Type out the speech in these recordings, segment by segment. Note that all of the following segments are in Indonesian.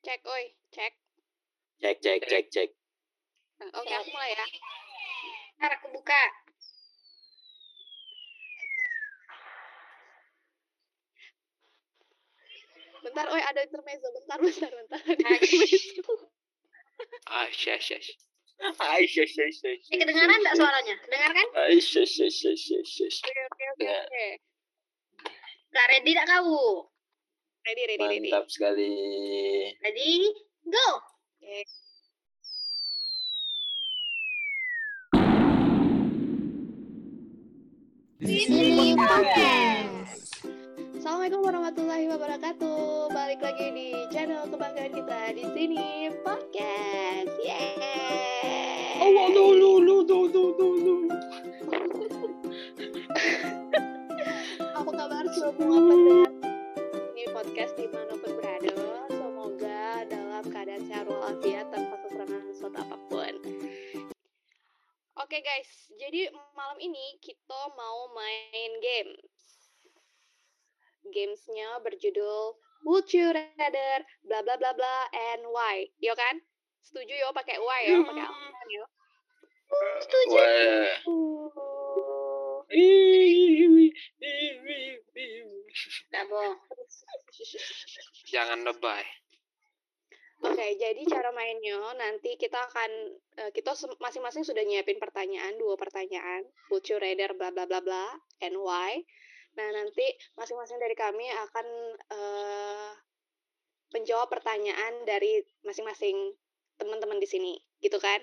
Cek, oi, cek. Cek. Oke, aku mulai ya. Ntar aku buka. Bentar, oi, ada intermezzo. Bentar. Ada intermezzo. Aisyah. Ini kedengaran nggak suaranya? Dengar kan? Aisyah. Oke. Nggak ready nggak kau? Ready. Mantap sekali. Ready? Go! Oke. Sini Podcast. Assalamualaikum warahmatullahi wabarakatuh. Balik lagi di channel kebanggaan kita di Sini Podcast. Yeay. Apa kabar semua pendengar Sini Podcast dimanapun berada? Semoga dalam keadaan sehat walafiat tanpa kekurangan suatu apapun. Oke guys, jadi malam ini kita mau main game. Gamesnya berjudul Would You Rather bla bla bla bla and why. Yo kan? Setuju yo pakai why yo, pakai alasan yo. Setuju. Dabo. Jangan lebay. Oke, jadi cara mainnya nanti kita akan masing-masing sudah nyiapin pertanyaan, 2 pertanyaan. Would you rather bla bla bla bla and why. Nah, nanti masing-masing dari kami akan menjawab pertanyaan dari masing-masing teman-teman di sini, gitu kan?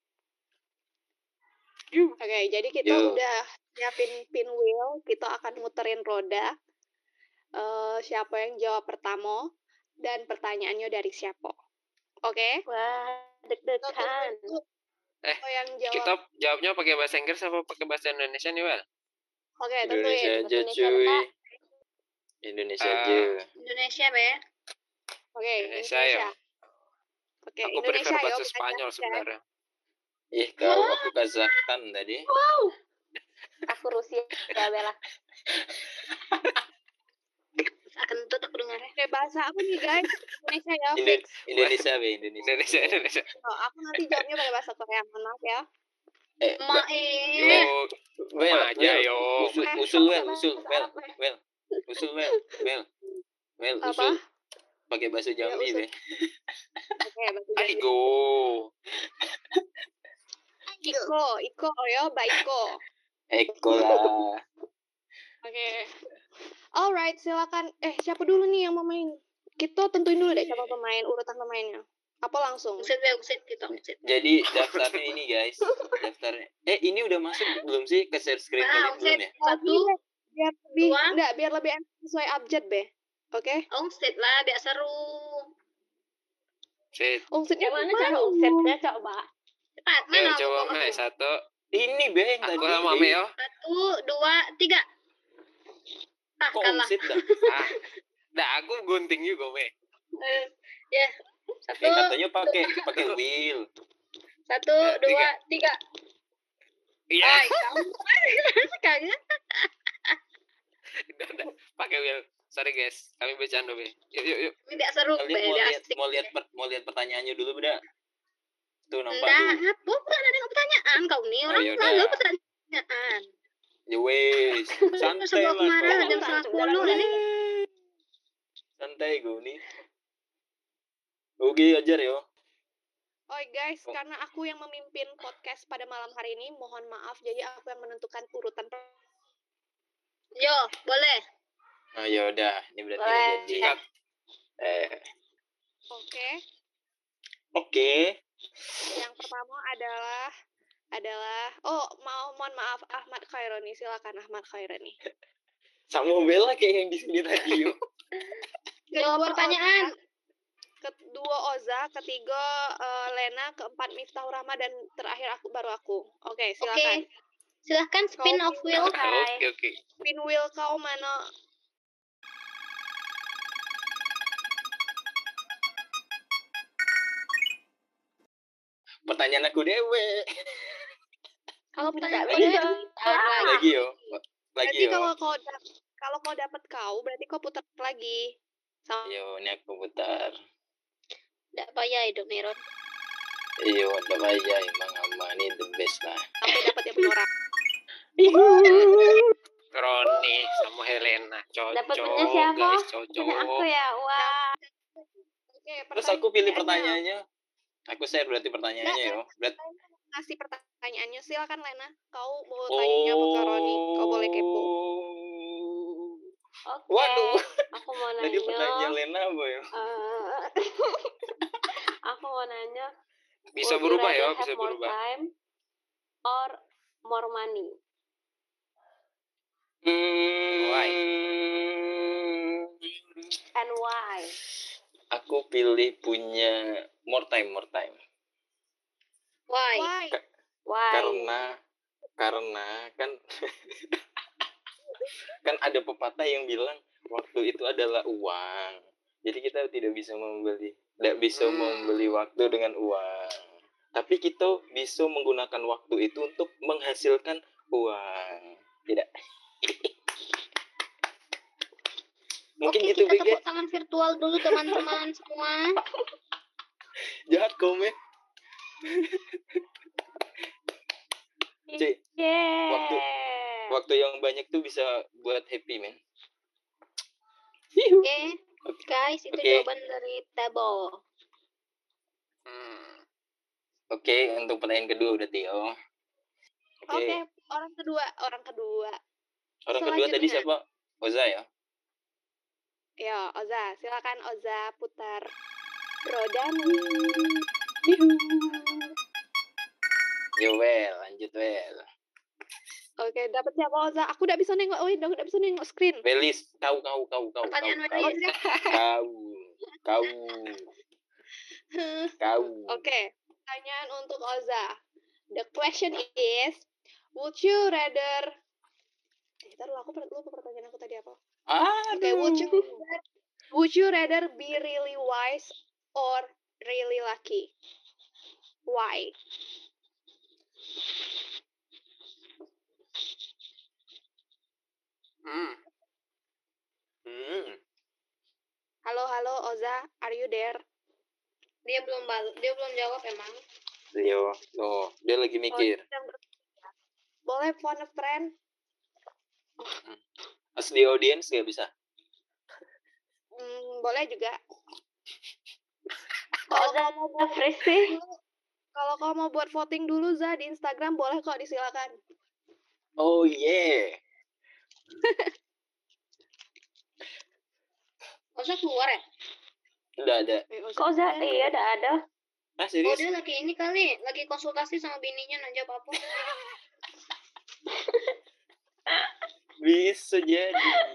Oke, jadi kita udah nyiapin pinwheel, kita akan muterin roda. Siapa yang jawab pertama dan pertanyaannya dari siapa? Oke? Wah, deg-degan. Yang jawab. Kita jawabnya pakai bahasa Inggris apa pakai bahasa Indonesia nih, Wel? Oke, Indonesia tentuin. aja, cuy. Indonesia aja. Indonesia, Be. Oke, Indonesia ya. Oke, Aku Indonesia prefer ya. bahasa Spanyol sebenarnya. Wow. Aku Kazakhstan tadi. Wow. Aku Rusia ya, Bella. Akan tutup aku dengar ya. Oke, bahasa apa nih, guys? Indonesia ya, fix. Indonesia. Indonesia. Oh, aku nanti jawabnya pakai bahasa Korea. Mohon maaf ya. Wel aja yo. Usul. Apa? Pakai bahasa Jambi, usul. Be. Oke, bahasa Jambi. Aigo. Iko ya, Mbak Iko. Eko lah. Oke. Alright, silakan. Siapa dulu nih yang mau main? Kita tentuin dulu deh siapa pemain, urutan pemainnya. Apa langsung? Uset kita. Jadi daftarnya ini, guys. Daftarnya. Ini udah masuk belum sih ke share screen kalian belum ya? Biar lebih enak sesuai abjad, Be. Oke? Omset lah, biar seru. Omsetnya mana cara omsetnya, coba. Cepat, mana? Coba main satu. Ini, Be, yang tadi. Aku sama Mame yo. 1, 2, 3. Kok kalah. omset dah? Aku gunting juga, Me. Ya. 1. Katanya pakai wheel. 1, 2, 3. Iya. Sekali. Udah. Pakai wheel. Sorry guys, kami bercanda, Be. Yuk. Ini tidak seru, Be. Mau lihat pertanyaannya dulu, Beda. Tuh nampak tuh. Bukan ada pertanyaan kau nih, orang selalu pertanyaan. Ya wes, santai lah. Kemarin jam 10 ini. Santai gue nih. Oke, ajar yo. Oi guys, karena aku yang memimpin podcast pada malam hari ini, mohon maaf, jadi aku yang menentukan urutan. Yo, boleh. Oh ya udah, ini berarti boleh. Jadi. Oke. Yang pertama adalah mohon maaf, Ahmad Khaironi. Silakan Ahmad Khaironi. Sama Bella kayak yang di sini tadi yuk. Kedua pertanyaan. Kedua Oza, ketiga Lena, keempat Miftahur Rahma, dan terakhir baru aku. Oke, silakan. Silahkan spin off wheel. Oke. Spin wheel kau mana? Pertanyaan aku dewe. Kalau pertanyaan lagi yo. Berarti kalau kau dapat berarti kau putar lagi. Yo, ini aku putar. Nggak payah hidup Neron. Iya, udah aja emang aman ini the best lah. Sampai dapat yang punya orang. Roni sama Helena cocok. Dapat punya siapa? Guys, Punya cocok. aku ya. Wah. Oke, Terus aku pilih pertanyaannya. pertanyaannya. Aku share berarti pertanyaannya ya. Berarti Kasih pertanyaannya, silakan Lena. Kau mau tanya apa ke Roni? Kau boleh kepo. Oke. Waduh. Aku mau Tadi pertanyaan nanya. Lena apa ya? Aku mau nanya. Bisa would you berubah ya, rather bisa have more berubah. time or more money? Why? And why? Aku pilih punya more time. Why? Why? Karena kan kan ada pepatah yang bilang waktu itu adalah uang. Jadi kita tidak bisa membeli waktu dengan uang. Tapi kita bisa menggunakan waktu itu untuk menghasilkan uang. Tidak. Mungkin Oke, gitu kita Bege. tepuk tangan virtual dulu teman-teman semua. Jahat kau Me. Cik, Yeah. waktu yang banyak tuh bisa buat happy, men. Oke, guys, itu Oke. jawaban dari Tebo. Oke, untuk pertanyaan kedua udah Tio. Oke, orang kedua. Orang kedua tadi Selanjutnya. siapa? Oza ya? Ya, Oza. Silakan Oza putar rodamu. Yo, lanjut Wel. Oke, dapat siapa Oza? Aku udah bisa nengok. Aku udah bisa nengok screen. Welis, kau. Pertanyaan Kau. Welis. Kau. Oke, pertanyaan untuk Oza. The question is, would you rather... Ntar aku lupa pertanyaan aku tadi apa. Oke, would you rather be really wise or really lucky? Why? Halo Oza, are you there? Dia belum jawab emang. Yo, dia lagi mikir. Boleh phone a friend? Asli audience nggak bisa. Boleh juga. Kok udah fresh sih? Kalau kau mau buat voting dulu Za di Instagram boleh kok, disilakan. Oh yeah. Oza keluar ya? Udah ada. Kok Za? Iya, udah ada. Ah, Oh, serius? dia lagi ini kali, lagi konsultasi sama bininya nanya apa-apa. Bisa jadi.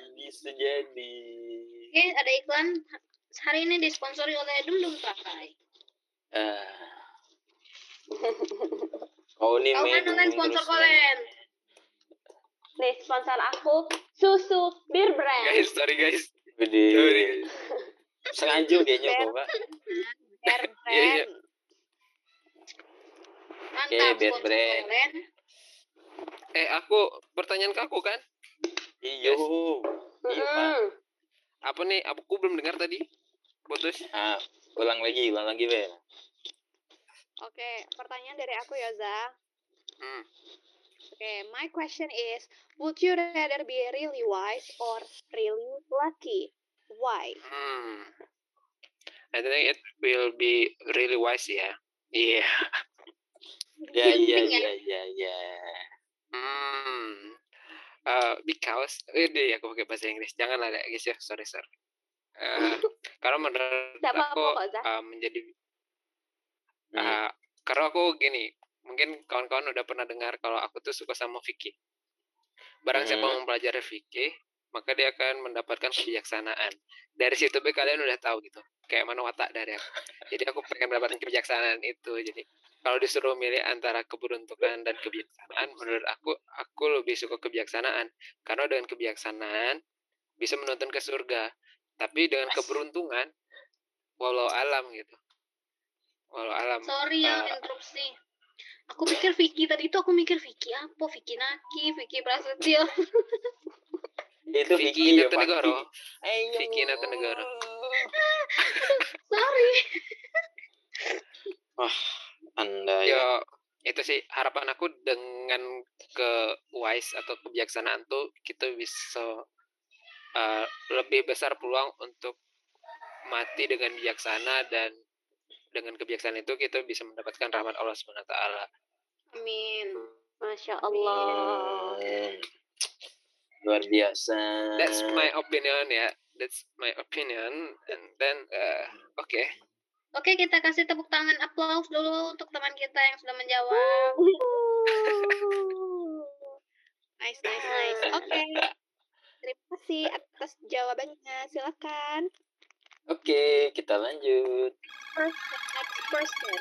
Oke, ada iklan. Hari ini disponsori oleh Dum pakai. Kau nih Kau mana kan sponsor kalian? Nih, sponsor aku susu Bir Brand. Guys, sorry guys. Gede. Sengaja kayaknya kok, Pak. Iya. Mantap, Bear sponsor Brand. kalian. Aku pertanyaan ke aku kan? Iyo. Iya, Pak. Apa nih? Aku belum dengar tadi. Putus. Ulang lagi, Bel. Oke, pertanyaan dari aku ya Za. Oke, my question is, would you rather be really wise or really lucky? Why? I think it will be really wise ya. Iya. Ya. Because aku pakai bahasa Inggris. Janganlah guys ya, sorry. Karena menurut Tidak aku apa-apa kok, Za. menjadi karena aku gini, mungkin kawan-kawan udah pernah dengar kalau aku tuh suka sama Vicky. Barang siapa mempelajari Vicky, maka dia akan mendapatkan kebijaksanaan. Dari situ kalian udah tahu gitu, kayak mana watak dari aku. Jadi aku pengen mendapatkan kebijaksanaan itu. Jadi kalau disuruh milih antara keberuntungan dan kebijaksanaan, menurut aku lebih suka kebijaksanaan. Karena dengan kebijaksanaan bisa menuntun ke surga. Tapi dengan keberuntungan, walau alam gitu. Walau alam. Sorry ya, interupsi. Aku pikir Vicky tadi itu Vicky apa? Vicky Naki, Vicky Prasetyo. Itu Vicky ya, Natanegara. Pak. Vicky Natanegara. Sorry. Wah, Anda ya. Yo, itu sih harapan aku dengan ke wise atau kebijaksanaan tuh kita bisa lebih besar peluang untuk mati dengan bijaksana, dan dengan kebijaksanaan itu kita bisa mendapatkan rahmat Allah Subhanahu wa taala. Amin. Masya Allah. Luar biasa. That's my opinion ya. That's my opinion. And then oke. Oke, kita kasih tepuk tangan applause dulu untuk teman kita yang sudah menjawab. Nice. Oke. Terima kasih atas jawabannya. Silakan. Oke, kita lanjut. Next person.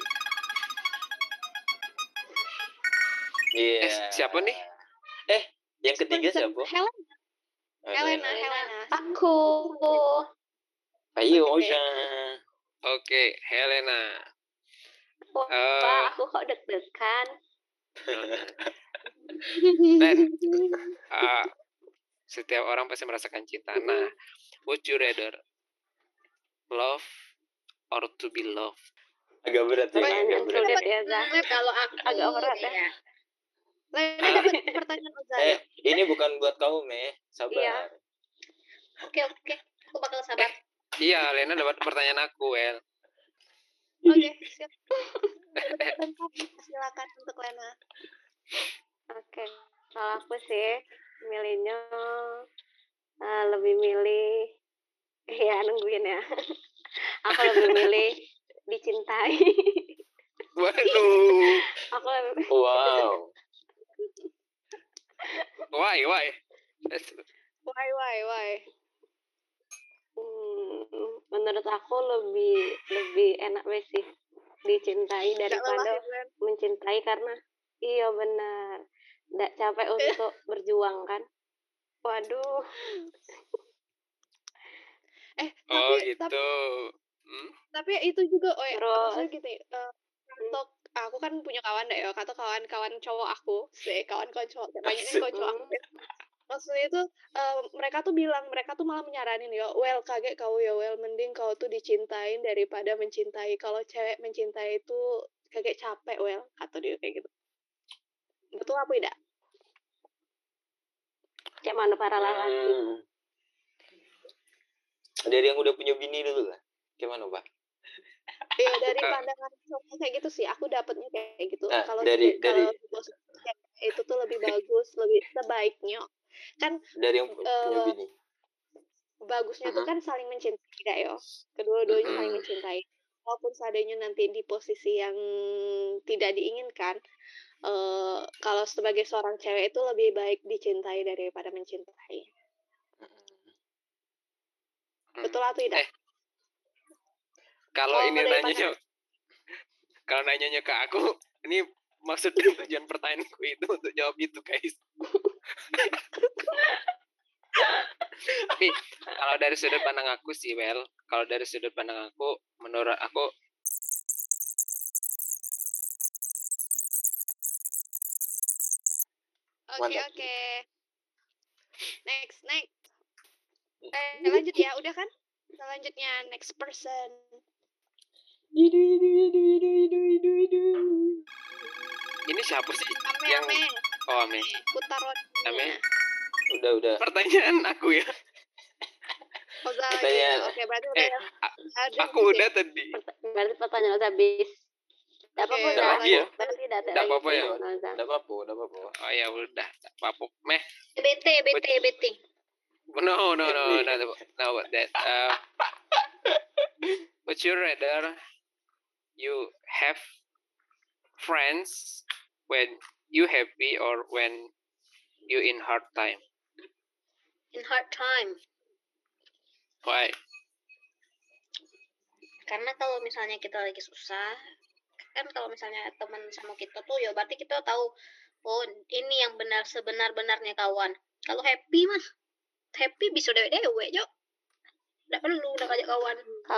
Iya. Siapa nih? Yang ketiga Person. siapa? Helena. Aku. Ayo, Oke. Oja. Oke, Helena. Wah, aku kok deg-degan. Setiap orang pasti merasakan cinta. Nah, would you rather love or to be loved? Agak berat ya. Pertanyaan sulit ya, Zah. Kalau aku Agak berat ya. ya. Lena dapat pertanyaan Ozai. Ini bukan buat kau, Meh. Sabar. Iya. Oke. Aku bakal sabar. Iya, Lena dapat pertanyaan aku, Well. Oke, siap. Silakan untuk Lena. Oke. Kalau aku sih milihnya lebih milih nungguin ya. Aku lebih milih dicintai. Waduh. Aku lebih Wow. Why? Why? menurut aku lebih enak wes sih dicintai daripada mencintai, karena iya benar nggak capek untuk berjuang kan. Waduh. Tapi itu juga Terus maksudnya gitu untuk aku kan punya kawan deh ya, kata kawan-kawan cowok aku kawan-kawan cowok banyaknya cowok aku. Maksudnya itu mereka tuh malah menyaranin ya, well kaget kau ya, well mending kau tuh dicintain daripada mencintai. Kalau cewek mencintai itu kaget capek, well kata dia kayak gitu. Betul apa tidak? kayak mana para lelaki. Dari yang udah punya bini dulu lah. Gimana, Pak? Ya dari pandangan cowok kayak gitu sih, aku dapetnya kayak gitu. Nah, Kalau dari itu tuh lebih bagus, lebih sebaiknya kan dari yang punya bini. Bagusnya tuh kan saling mencintai gak ya, kedua-duanya saling mencintai. Walaupun seandainya nanti di posisi yang tidak diinginkan, kalau sebagai seorang cewek itu lebih baik dicintai daripada mencintai. Betul atau tidak? Kalau ini nanyanya ke aku, ini maksud dan tujuan pertanyaanku itu untuk jawab itu, guys. Tapi kalau dari sudut pandang aku sih, well, kalau dari sudut pandang aku, menurut aku Oke. Next. Lanjut ya, udah kan? Selanjutnya next person. Ini siapa sih? Ame. Oh, Ame. Putar lagunya. Ame. Udah. Pertanyaan aku ya. Pertanyaan. Oke, berarti udah. Aku udah tadi. Berarti pertanyaan habis. Tidak apa-apa Udah lagi ya? Berarti tidak Tidak apa-apa ya? Tidak apa-apa. Oh ya udah, tidak apa-apa. Meh. BT. No, what that. Would you rather you have friends when you happy or when you in hard time? In hard time. Why? Karena kalau misalnya kita lagi susah, kan kalau misalnya teman sama kita tuh ya berarti kita tahu, oh ini yang benar sebenar-benarnya kawan. Kalau happy bisa dewe-dewe Jo. Nggak perlu udah ngajak kawan.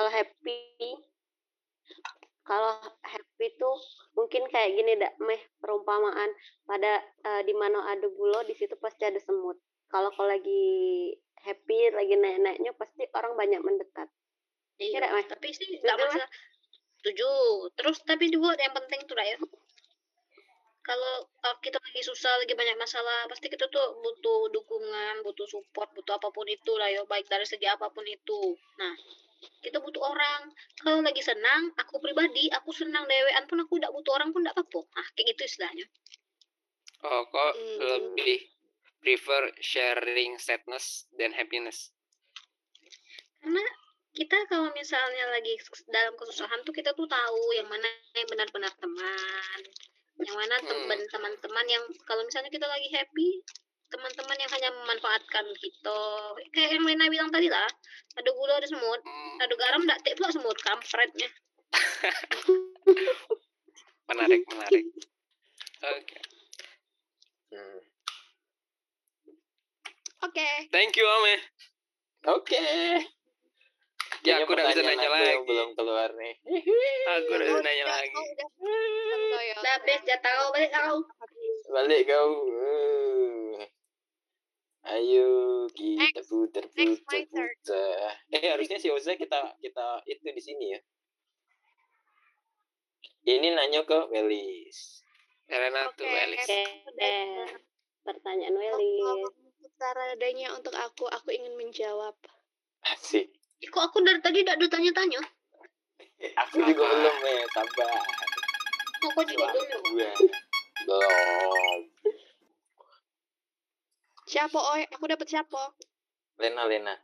Kalau happy tuh mungkin kayak gini perumpamaan pada di mana ada bulo di situ pasti ada semut. Kalau lagi happy, lagi naik-naiknya pasti orang banyak mendekat. Iya, tapi sih nggak masalah. Setuju. Terus tapi juga yang penting tuh lah ya. Kalau kita lagi susah, lagi banyak masalah, pasti kita tuh butuh dukungan, butuh support, butuh apapun itu lah ya, baik dari segi apapun itu. Nah, kita butuh orang. Kalau lagi senang, aku pribadi, aku senang dewean pun aku tidak butuh orang pun tidak apa-apa. Ah, kayak gitu istilahnya. Oh, kok lebih prefer sharing sadness dan happiness? Karena kita kalau misalnya lagi dalam kesusahan tuh kita tuh tahu yang mana yang benar-benar teman, yang mana teman-teman yang kalau misalnya kita lagi happy, teman-teman yang hanya memanfaatkan kita, kayak yang Lena bilang tadi lah, ada gula ada semut, ada garam enggak tek pula semut kampretnya. Menarik. Oke. Oke. Thank you, Ame. Oke. Ya, aku udah bisa nanya lagi. Belum keluar nih. Aku udah bisa nanya lagi. Udah habis jatah kau balik kau. Balik kau. Ayo kita putar. Harusnya si Oza kita itu di sini ya. Ini nanya ke Welis. Elena tuh Welis. Pertanyaan Welis. Cara adanya untuk aku ingin menjawab. Asik. Kok aku dari tadi tidak ditanya-tanya? Aku juga belum sabar. Aku juga belum. Belum. Siapa? Aku dapat siapa? Lena. Nah,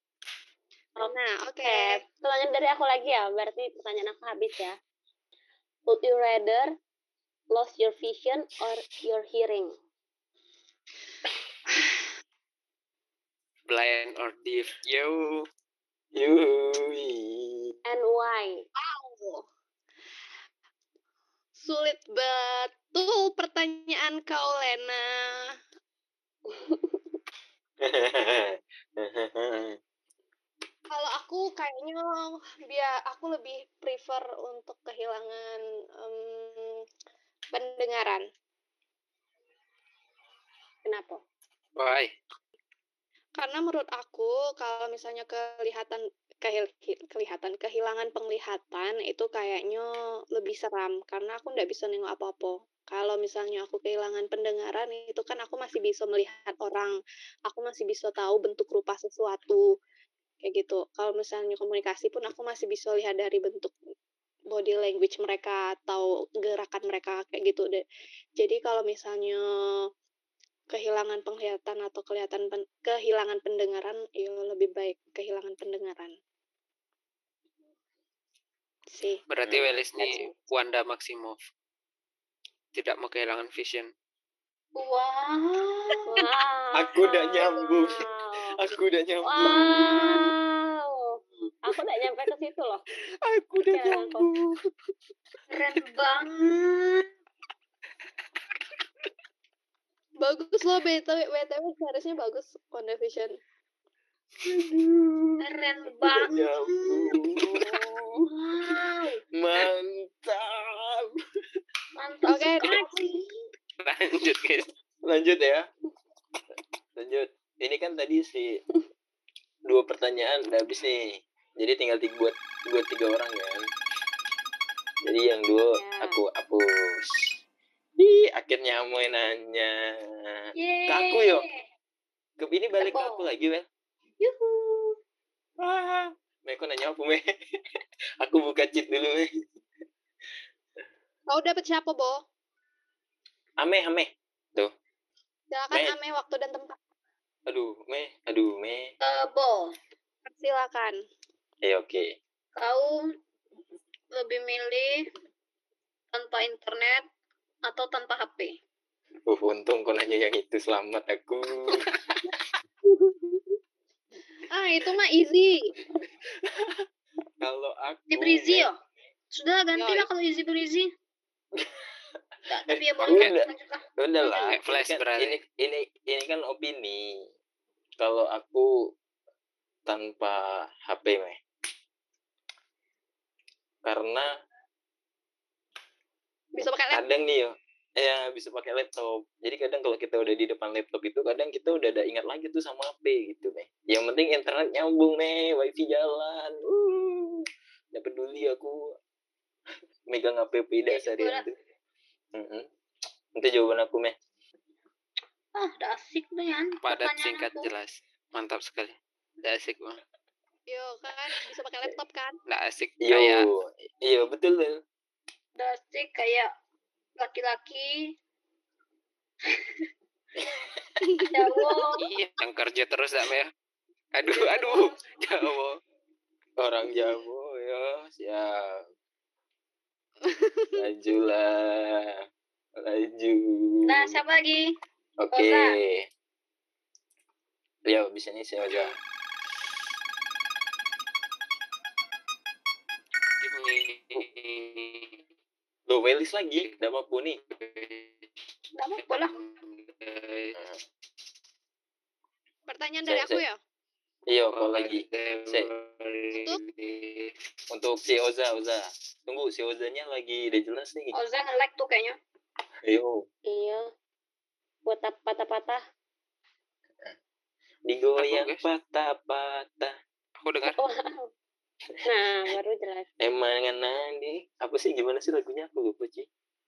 oke. Pertanyaan dari aku lagi ya, berarti pertanyaan aku habis ya. Would you rather lose your vision or your hearing? Blind or deaf? Yo. And why? Wow. Sulit betul pertanyaan kau, Lena. Kalau aku kayaknya aku lebih prefer untuk kehilangan pendengaran. Kenapa? Why? Karena menurut aku kalau misalnya kehilangan penglihatan itu kayaknya lebih seram karena aku nggak bisa nengok apa-apa. Kalau misalnya aku kehilangan pendengaran itu kan aku masih bisa melihat orang, aku masih bisa tahu bentuk rupa sesuatu kayak gitu. Kalau misalnya komunikasi pun aku masih bisa lihat dari bentuk body language mereka atau gerakan mereka kayak gitu deh. Jadi kalau misalnya kehilangan penglihatan atau kehilangan pendengaran, ya lebih baik kehilangan pendengaran. Sih. Berarti Welis nih Wanda Maximoff. Tidak mau kehilangan vision. Wow. Aku udah nyambung. Wow. Aku udah nyampe ke situ loh. Aku udah nyambung. Keren banget. Bagus loh, BTW harusnya bagus WandaVision. Keren banget. Wow. Mantap. Oke, Lanjut, guys. Lanjut ya. Ini kan tadi 2 pertanyaan udah habis nih. Jadi tinggal buat 3 orang kan. Jadi yang 2 aku hapus. Akhirnya mau nanya. Ke aku yuk. Ini balik ke aku lagi, Wel. Yuhu. Kok nanya apa, Me? Aku buka cheat dulu, Me. kau dapat siapa, Bo? Ame. Tuh. Silakan Ame, waktu dan tempat. Aduh, Me. Bo. Silakan. Oke. Kau lebih milih tanpa internet atau tanpa HP? Untung kau nanya yang itu, selamat aku. Itu mah easy. Kalau aku Breezy ya? Sudah ganti lah kalau easy breezy. Tapi ya boleh. Udah lah. Flash berarti. Ini kan opini. Kalau aku tanpa HP, Me. Karena Bisa pakai laptop. kadang nih bisa pakai laptop. Jadi kadang kalau kita udah di depan laptop itu kadang kita udah ada ingat lagi tuh sama HP gitu, Me. Yang penting internet nyambung, Me, wifi jalan. Nggak peduli aku megang HP tidak Ya juga seharian lah. tuh. Itu jawaban aku, Meh. Udah asik tuh ya. Padat, Pertanyaan singkat, aku. jelas. Mantap sekali. Nggak asik banget. Yo kan bisa pakai laptop kan? Nggak asik Yo, kayak iya betul tuh. Udah asik kayak laki-laki. Jawa. yang kerja terus dak ya. Aduh, Jawa. Orang Jawa ya, siap. Lajulah. Laju. Nah, siapa lagi? Oke. Oza. Ya, bisa nih si Oza. Lo Welis lagi, udah mampu nih. Nggak apa-apa lah. Pertanyaan dari aku ya. Iya, kok lagi. Untuk si Oza. Tunggu, si Ozanya lagi udah jelas nih. Oza nge-lag tuh kayaknya. Ayo, Iya. Buat patah-patah. digoyang Apa, guys? patah-patah. Aku dengar. Wow. Nah, baru jelas. Emang nanti apa sih, gimana sih lagunya, aku lupa sih.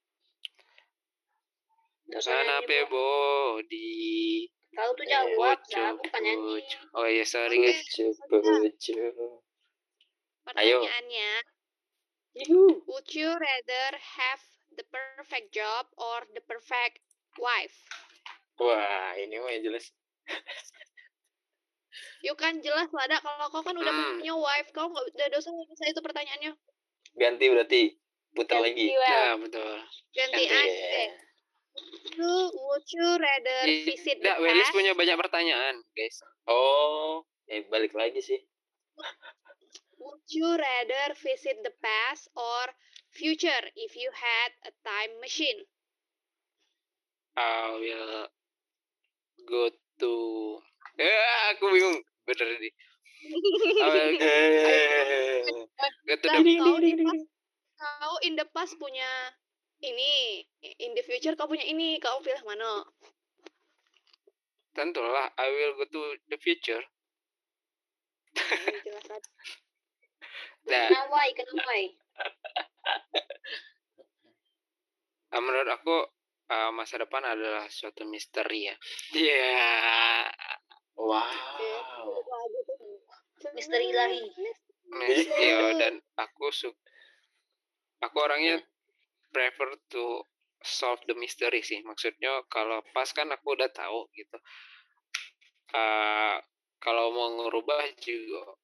Kanape body. Kau tuh jawab, Za, bukan nyanyi. Oh iya, sorry guys. Pucu. Pertanyaannya, would you rather have the perfect job or the perfect wife? Wah, ini mah yang jelas. Yuk kan jelas lah, Dak. Kalau kau kan udah punya wife, kau nggak ada dosa bisa itu pertanyaannya. Ganti berarti, putar lagi. Nah, betul. Ganti aja. Would you rather visit the Nggak, Welis past? punya banyak pertanyaan, guys. Oh, balik lagi sih. Would you rather visit the past or future if you had a time machine? I will go to. Aku bingung. Bener nih. I will go to the. Kau in the past punya ini, in the future kau punya ini, kau pilih mana? Tentulah, I will go to the future. Jelas aja. Nah, Kenapa? menurut aku masa depan adalah suatu misteri ya. Iya. Wow. Misteri ilahi. Iya, dan aku orangnya prefer to solve the mystery sih. Maksudnya kalau pas kan aku udah tahu gitu. Kalau mau ngerubah juga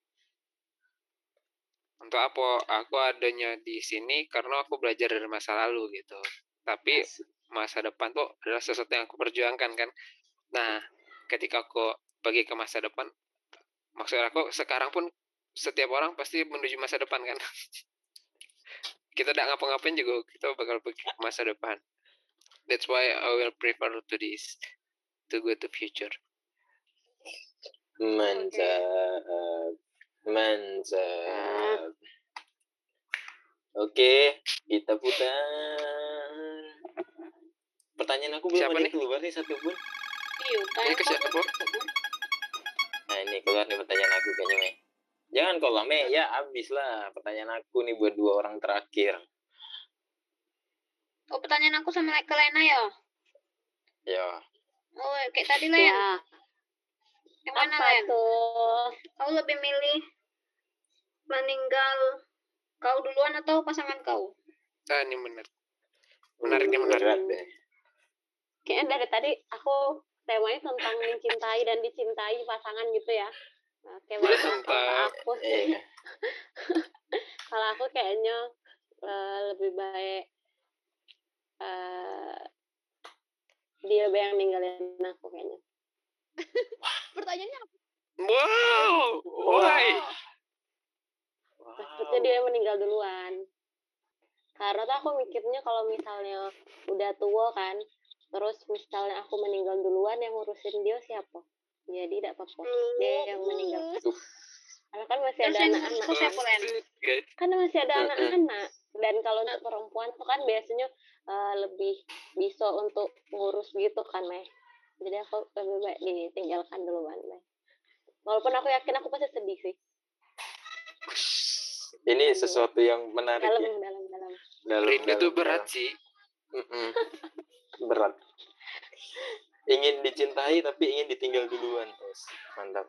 untuk apa? Aku adanya di sini karena aku belajar dari masa lalu gitu. Tapi masa depan tuh adalah sesuatu yang aku perjuangkan kan. Nah, ketika aku pergi ke masa depan, maksud aku sekarang pun setiap orang pasti menuju masa depan kan. Kita tidak ngapa-ngapain juga kita bakal pergi ke masa depan. That's why I will prefer to go to future. Mantap. Oke, kita putar. Pertanyaan aku belum Siapa ada nih? yang keluar nih satu pun. Ini ke siapa? Nah, ini keluar nih pertanyaan aku kayaknya, Mei. Jangan kau lah, Mei. Ya, abis lah pertanyaan aku nih buat 2 orang terakhir. Oh, pertanyaan aku sama ke Lena ya? Ya. Oh, kayak tadi, Len. Ya. Yang mana, Apa Len? tuh? Kau lebih milih meninggal kau duluan atau pasangan kau? Ini benar. Menarik. Berat deh. Kayaknya dari tadi aku temanya tentang mencintai dan dicintai pasangan gitu ya. Oke, baik. Kalau aku sih, kalau aku kayaknya lebih baik dia lebih yang ninggalin aku kayaknya. Pertanyaannya apa? Wow. Why? Maksudnya dia yang meninggal duluan. Karena tuh aku mikirnya kalau misalnya udah tua kan, terus misalnya aku meninggal duluan, yang ngurusin dia siapa? Jadi tidak apa-apa. Dia yang meninggal. Karena kan masih ada anak-anak kan. Karena masih ada anak-anak. Dan kalau untuk perempuan tuh kan biasanya lebih bisa untuk ngurus gitu kan, Meh. Jadi aku lebih baik ditinggalkan duluan, Meh. Walaupun aku yakin aku pasti sedih sih. Ini Aduh. sesuatu yang menarik Dalam, ya. dalam. Rindu tuh berat sih. Berat. Ingin dicintai tapi ingin ditinggal duluan. Yes. Mantap.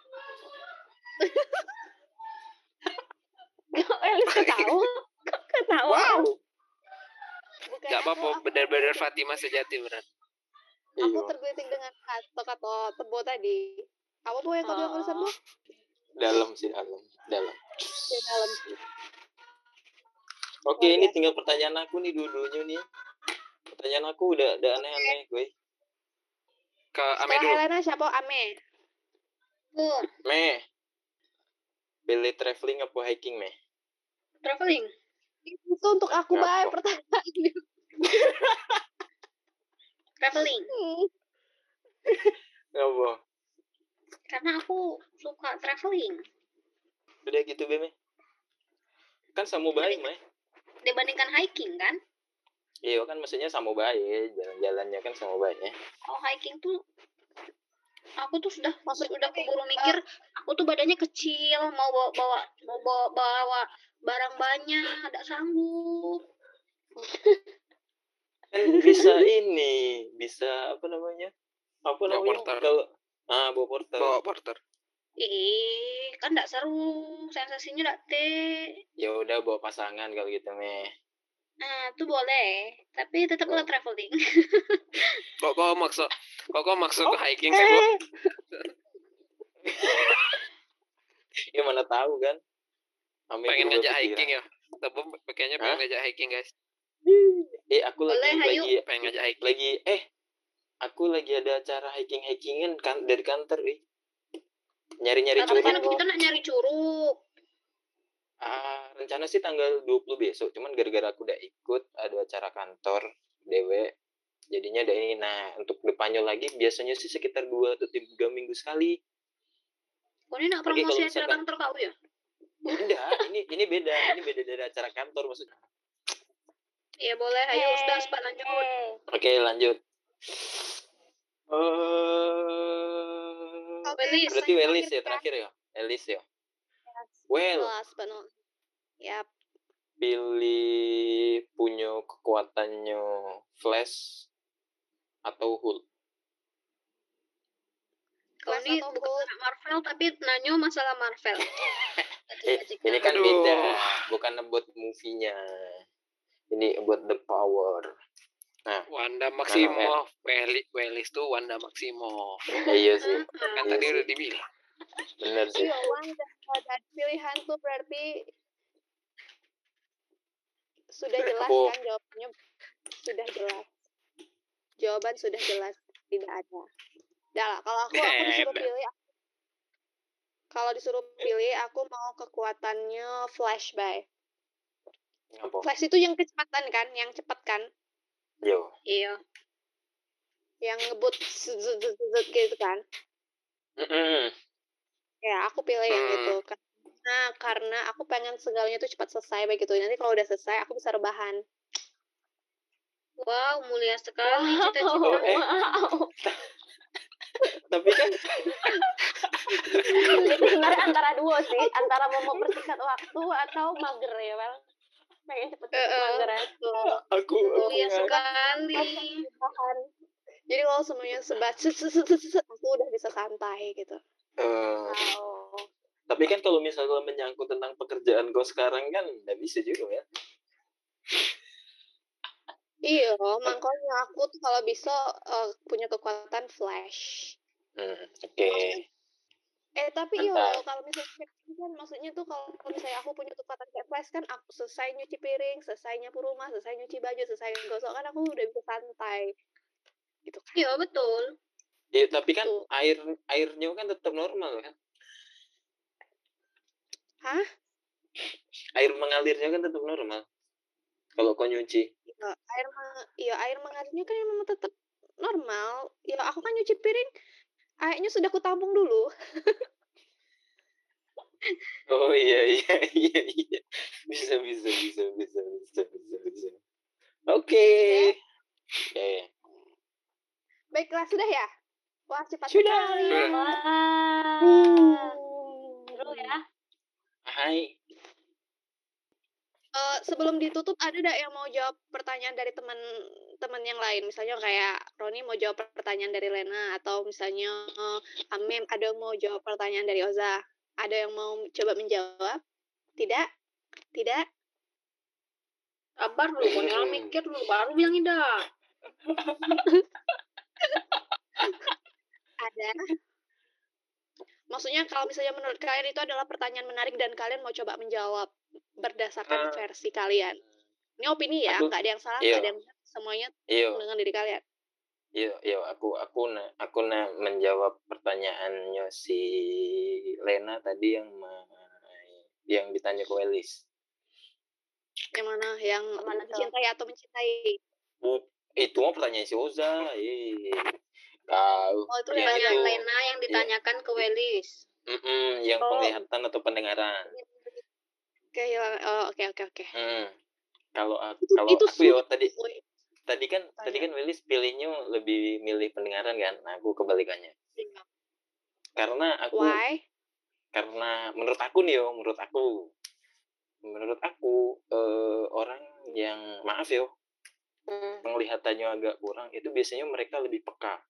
Kok Elis ketawa? Kok ketawa? Wow. Bukan Gak apa-apa, aku benar-benar Fatimah sejati berat. aku Iya. tergelitik dengan kata-kata Tebo tadi. Apa Bu yang kau bilang barusan Bu? Dalam sih, dalam. Di dalam sih. Oke, Luar ini biasa. tinggal pertanyaan aku nih dua-duanya nih. Pertanyaan aku udah aneh-aneh, gue. Ke Ame Setelah dulu. Helena siapa Ame? Meh. Pilih traveling apa hiking, Meh? Traveling. Itu untuk aku Ngapa? baik pertanyaan. Traveling. Ngapa? Karena aku suka traveling. Udah gitu, Be, Meh. Kan sama baik, Meh. Dibandingkan hiking kan. Iya, kan maksudnya sama baik. Jalan-jalannya kan sama baik, ya. Kalau hiking tuh aku tuh sudah Maksudnya keburu mikir aku tuh badannya kecil, mau bawa barang banyak, tidak sanggup. Kan bisa ini, bisa apa namanya? Apa Bawa namanya? porter. Kalau bawa porter. Bawa porter. Kan tidak seru, sensasinya tidak Ya udah bawa pasangan kalau gitu, Meh. Nah, itu boleh, tapi tetaplah Oh. traveling. Kok kau maksud ke hiking sih, Bu? Ya mana tahu kan? Ame Pengen berubah ngajak pikiran. hiking ya? Tapi kayaknya pengen ngajak hiking, guys. Aku Boleh, ayo. Pengen ngajak hiking. Aku lagi ada acara hiking-hikingan kan dari kantor, nyari-nyari Tapi kan curug. kita nak nyari curug. Rencana sih tanggal 20 besok, cuman gara-gara aku udah ikut ada acara kantor dewe, jadinya ada ini. Nah, untuk depannya lagi biasanya sih sekitar 2 atau 3 minggu sekali. Kau ini nak Tapi promosi kalau acara misalkan- kantor kau ya? Enggak, ini beda dari acara kantor maksudnya. Iya boleh, ayo Ustaz, Pak lanjut. Oke, lanjut. Welis. Berarti Welis ya terakhir ya? Elis ya? Well, Last but not. Yap. pilih punya kekuatannya Flash atau Hulk. Kau Flash ini atau bukan Hulk? anak Marvel, tapi nanyo masalah Marvel. Ini kan Aduh. beda, bukan buat movie-nya. Ini buat the power. Wanda Maximoff. Welis tuh Wanda Maximoff. Iya sih, Kan Iya tadi sih. udah dibilang. bener sih. Iya, Wanda. Dan pilihan tuh berarti sudah jelas Aku- kan jawabannya? Sudah jelas. Jawaban sudah jelas, tidak ada. Dah lah, kalau aku disuruh pilih. Kalau disuruh pilih, aku mau kekuatannya Flash, Bay. Ngapa? Flash itu yang kecepatan kan, yang cepat kan, Yo. Iya. yang ngebut zut gitu kan. Ya, aku pilih yang itu. Karena aku pengen segalanya tuh cepat selesai begitu. Nanti kalau udah selesai, aku bisa rebahan. Wow, mulia sekali cita-cita. Tapi kan Itu sebenarnya antara dua sih, antara mau mempersingkat waktu atau mager ya, Bang. Pengen cepet-cepet mager ya. aku Mulia nggak- sekali. Rebahan. Jadi kalau semuanya aku udah bisa santai gitu. Wow. Tapi kan kalau misalnya menyangkut tentang pekerjaan kau sekarang kan nggak bisa juga ya. Iya, makanya aku tuh kalau bisa punya kekuatan Flash. Oke. Tapi Mantap. kalau misalnya kan maksudnya tuh kalau misalnya aku punya kekuatan kayak Flash kan aku selesai nyuci piring, selesai nyapu rumah, selesai nyuci baju, selesai gosok kan aku udah bisa santai. Gitu kan. Iya betul. Ya, tapi kan Tuh. airnya kan tetap normal kan. Hah? Air mengalirnya kan tetap normal. Kalau kau nyuci. Air mengalirnya kan memang tetap normal. Ya aku kan nyuci piring, airnya sudah kutampung dulu. Oh iya. Bisa. Oke. Oke. Baiklah, sudah ya? Wah, cepat Sudah. sekali. Wah. Seru ya. Hai. Sebelum ditutup ada nggak yang mau jawab pertanyaan dari teman-teman yang lain? Misalnya kayak Roni mau jawab pertanyaan dari Lena, atau misalnya Amem ada yang mau jawab pertanyaan dari Oza. Ada yang mau coba menjawab? Tidak? Tidak? Sabar dulu, pokoknya orang mikir dulu baru bilang tidak. Ada? Maksudnya kalau misalnya menurut kalian itu adalah pertanyaan menarik dan kalian mau coba menjawab berdasarkan versi kalian. Ini opini ya, nggak ada yang salah, nggak ada yang benar, semuanya dengan diri kalian. Iya, aku menjawab pertanyaannya si Lena tadi yang ditanya ke Welis. Yang mana? Yang mencintai atau mencintai? Itu mah pertanyaan si Oza. Kau. Oh, itu pertanyaan Lena yang ditanyakan ke Welis. Yang penglihatan atau pendengaran. Oke. Kalau aku ya tadi kan Welis pilihnya lebih milih pendengaran kan. Nah, aku kebalikannya. Karena menurut aku orang yang maaf yo, penglihatannya agak kurang itu biasanya mereka lebih peka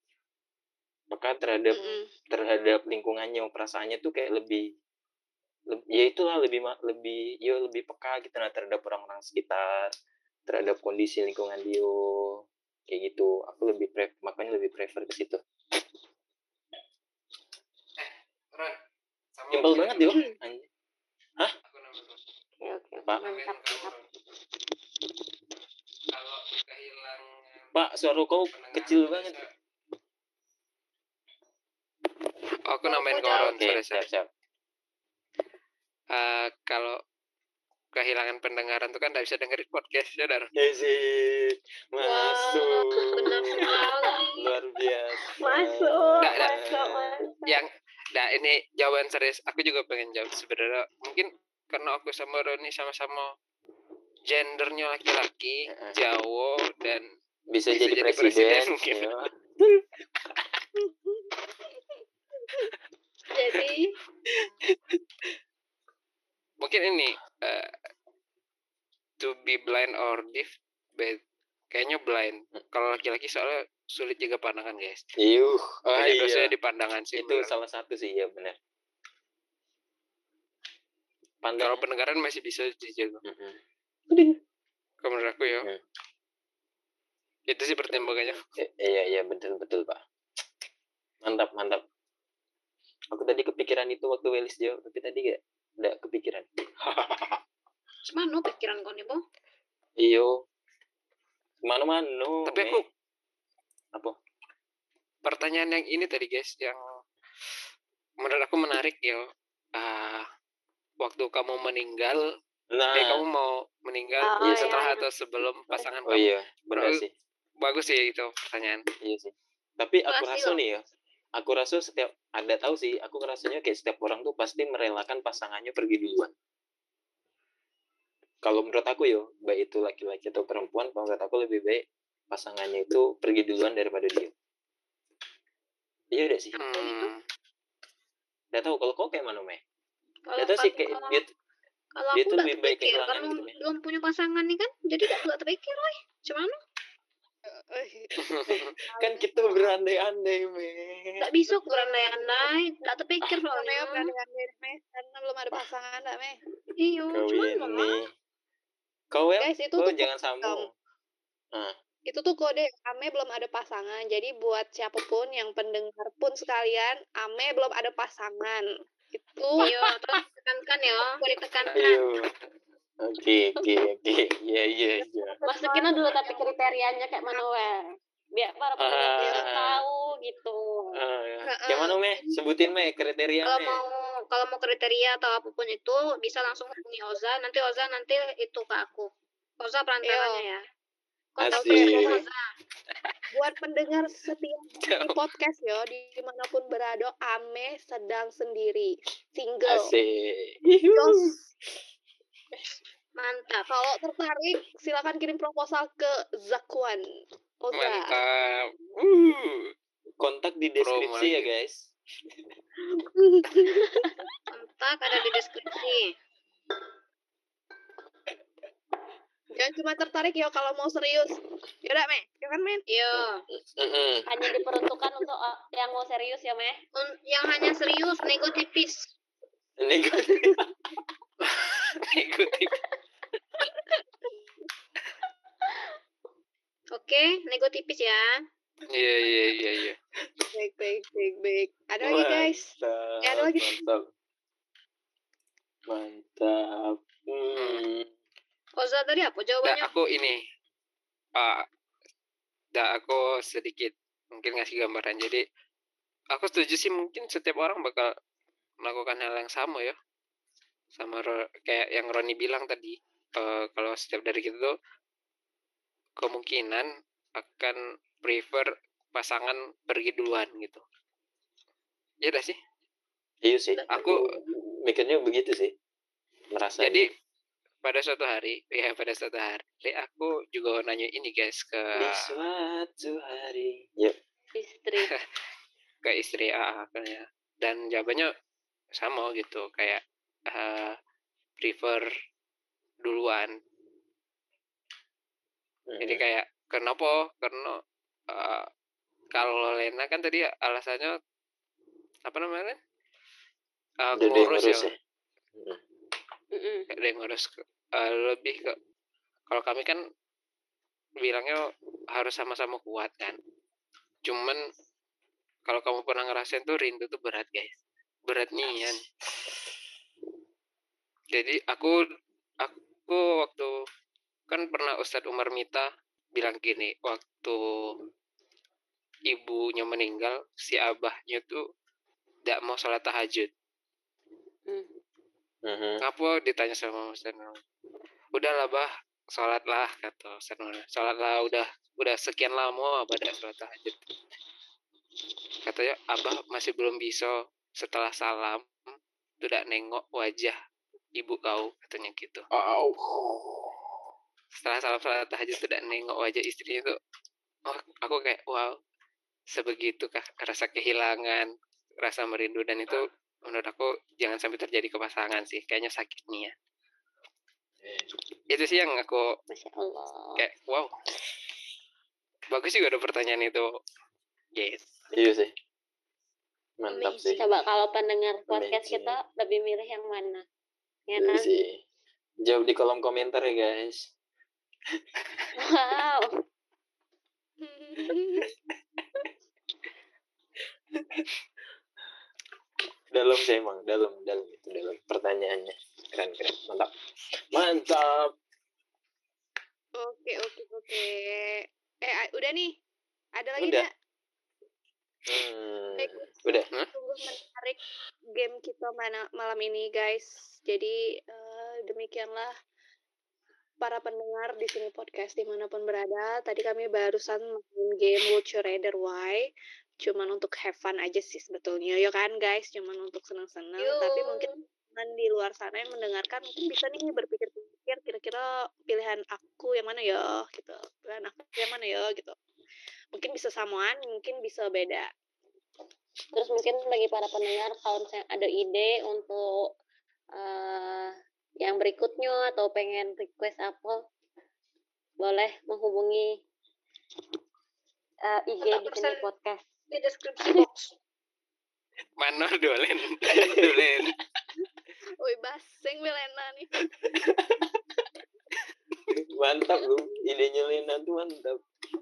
terhadap lingkungannya, perasaannya tuh kayak lebih peka gitu nah terhadap orang-orang sekitar, terhadap kondisi lingkungan dia kayak gitu. Aku makanya lebih prefer ke situ. Simpel banget yo. Hah? Oke. Pak. Mantap. Kalau kehilangan Pak, suara kau kecil banget. Aku nambahin koron. Siap. Kalau kehilangan pendengaran tuh kan nggak bisa dengerin podcastnya dar. Masuk. Benar sekali. Luar biasa. Masuk. Ini jawaban serius. Aku juga pengen jawab sebenarnya. Mungkin karena aku sama Roni sama-sama gendernya laki-laki, Jawa, dan bisa jadi presiden mungkin. Ya. Jadi mungkin ini to be blind or deaf, kayaknya blind. Kalau laki-laki soalnya sulit jaga pandangan guys. Dosanya di pandangan sih. Itu bener. Salah satu sih ya benar. Kalau pendengaran masih bisa dijaga. Kalau menurut aku ya. Itu sih pertimbangannya. Iya betul Pak. Mantap. Aku tadi kepikiran itu waktu Welis jawab, tapi tadi gak kepikiran. Semano pikiran kau nih, Bo? Iyo. Mano. Tapi aku apa? Pertanyaan yang ini tadi guys, yang menurut aku menarik ya. Waktu kamu meninggal, kamu mau meninggal setelah atau sebelum pasangan kamu? Iya, benar sih. Bagus sih itu pertanyaan. Iya sih. Tapi aku rasa nih ya, aku rasa aku rasanya kayak setiap orang tuh pasti merelakan pasangannya pergi duluan. Kalau menurut aku yo, baik itu laki-laki atau perempuan, kalau menurut aku lebih baik pasangannya itu pergi duluan daripada dia. Iya udah sih. Nggak tahu kalau kau kayak mana Meh? Nggak tahu sih kayak kalau dia aku tuh udah lebih baik terpikir kehilangan kan gitu Meh. belum punya pasangan nih kan, jadi gak terpikir oi. Cuman kan kita berandai-andai Meh. Gak bisa berandai-andai, gak terpikir soalnya. Berandai-andai Meh, karena belum ada pasangan dah Meh. Iya, cuman mama. Kau guys, itu tuh jangan sambung. Itu tuh kode Ame belum ada pasangan. Jadi buat siapapun yang pendengar pun sekalian, Ame belum ada pasangan. Itu. Iya, terus tekankan ya, ditekankan. Oke. Iya. Masukin dulu tapi kriterianya kayak mana weh. Biar para pendengar tahu gitu. Gimana Meh? Sebutin Meh kriteria. Kalau mau kriteria atau apapun itu bisa langsung hubungi Oza. Nanti Oza itu ke aku. Oza perantaranya ya. Buat pendengar setia di podcast ya, dimanapun berada, Ame sedang sendiri, single. Asik. Mantap. Kalau tertarik, silakan kirim proposal ke Zakwan. Mantap. Kontak di deskripsi ya guys. Kontak ada di deskripsi. Jangan cuma tertarik yo kalau mau serius. Yaudah, Me. Ya kan, Men? Iya. Hanya diperuntukkan untuk yang mau serius ya, Meh. Yang hanya serius, nego tipis. Negatif. Ikuti. Oke, nego tipis ya. Iya. Baik. Ada lagi, guys. Ada lagi. Mantap. Oza tadi apa jawabannya? Aku ini. Aku sedikit mungkin ngasih gambaran. Jadi aku setuju sih, mungkin setiap orang bakal melakukan hal yang sama ya. Sama kayak yang Roni bilang tadi. Kalau setiap dari kita tuh kemungkinan akan prefer pasangan pergi duluan gitu. Iya dah sih. Iya sih. Aku mikirnya begitu sih. Merasa. Jadi pada suatu hari aku juga nanya ini guys ke di suatu hari. Yuk. Istri. Ke istri aku ya. Dan jawabannya sama gitu, kayak prefer duluan. Jadi kayak kenapa? Karena kalau Lena kan tadi alasannya apa namanya? Ngurus ya. Ada yang ngurus. Lebih ke kalau kami kan bilangnya harus sama-sama kuat kan. Cuman kalau kamu pernah ngerasain tuh rindu tuh berat guys. Berat nian. Jadi aku waktu kan pernah Ustadz Umar Mita bilang gini, waktu ibunya meninggal, si abahnya tuh tidak mau sholat tahajud. Ngapa ditanya sama Ustadz? Udahlah bah, sholatlah kata Ustadz Umar. Sholatlah, udah sekian lama abah tidak sholat tahajud. Katanya abah masih belum bisa setelah salam tidak nengok wajah ibu kau, katanya gitu. Setelah salam sholat tahajud tidak nengok wajah istrinya tuh, aku kayak wow, sebegitukah rasa kehilangan, rasa merindu, dan itu menurut aku jangan sampai terjadi ke pasangan sih, kayaknya sakit nih ya. Itu sih yang aku Masya Allah. kayak wow, bagus juga ada pertanyaan itu. Yes. Iya sih. Mantap sih. Coba kalau pendengar podcast Amazing. kita lebih milih yang mana? Ya Iya kan? sih. Jawab di kolom komentar ya guys. Wow. Dalam sih emang, dalam itu dalam pertanyaannya. Keren. Mantap. Oke. Udah nih. Ada lagi Udah. nggak? Udah. Sungguh menarik game kita malam ini, guys. Jadi demikianlah para pendengar di sini podcast dimanapun berada. Tadi kami barusan main game Would You Rather Why. Cuman untuk have fun aja sih sebetulnya, ya kan guys? Cuman untuk senang-senang. Tapi mungkin di luar sana yang mendengarkan mungkin bisa nih berpikir-pikir kira-kira pilihan aku yang mana ya gitu. Pilihan aku yang mana ya gitu. Mungkin bisa samaan, mungkin bisa beda. Terus mungkin bagi para pendengar kalau misalnya ada ide untuk yang berikutnya atau pengen request apa, boleh menghubungi IG di sini podcast. Di deskripsi box. Mana dolen. Woi basing Milena nih. Mantap lu, idenya Lena tuh mantap.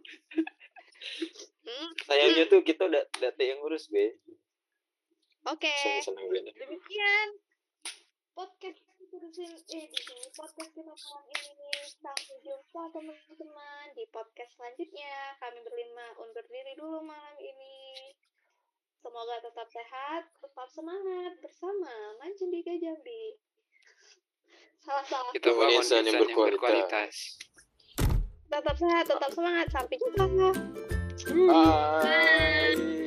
Sayangnya tuh kita udah yang ngurus be. Oke. Senang Lena. Demikian podcast di sini podcast kita malam ini. Sampai jumpa teman-teman di podcast selanjutnya. Kami berlima undur diri dulu malam ini. Semoga tetap sehat, tetap semangat bersama Mancendika Jambi. Salah. Kita bangun insan yang berkualitas. Tetap sehat, tetap semangat. Sampai jumpa. Bye.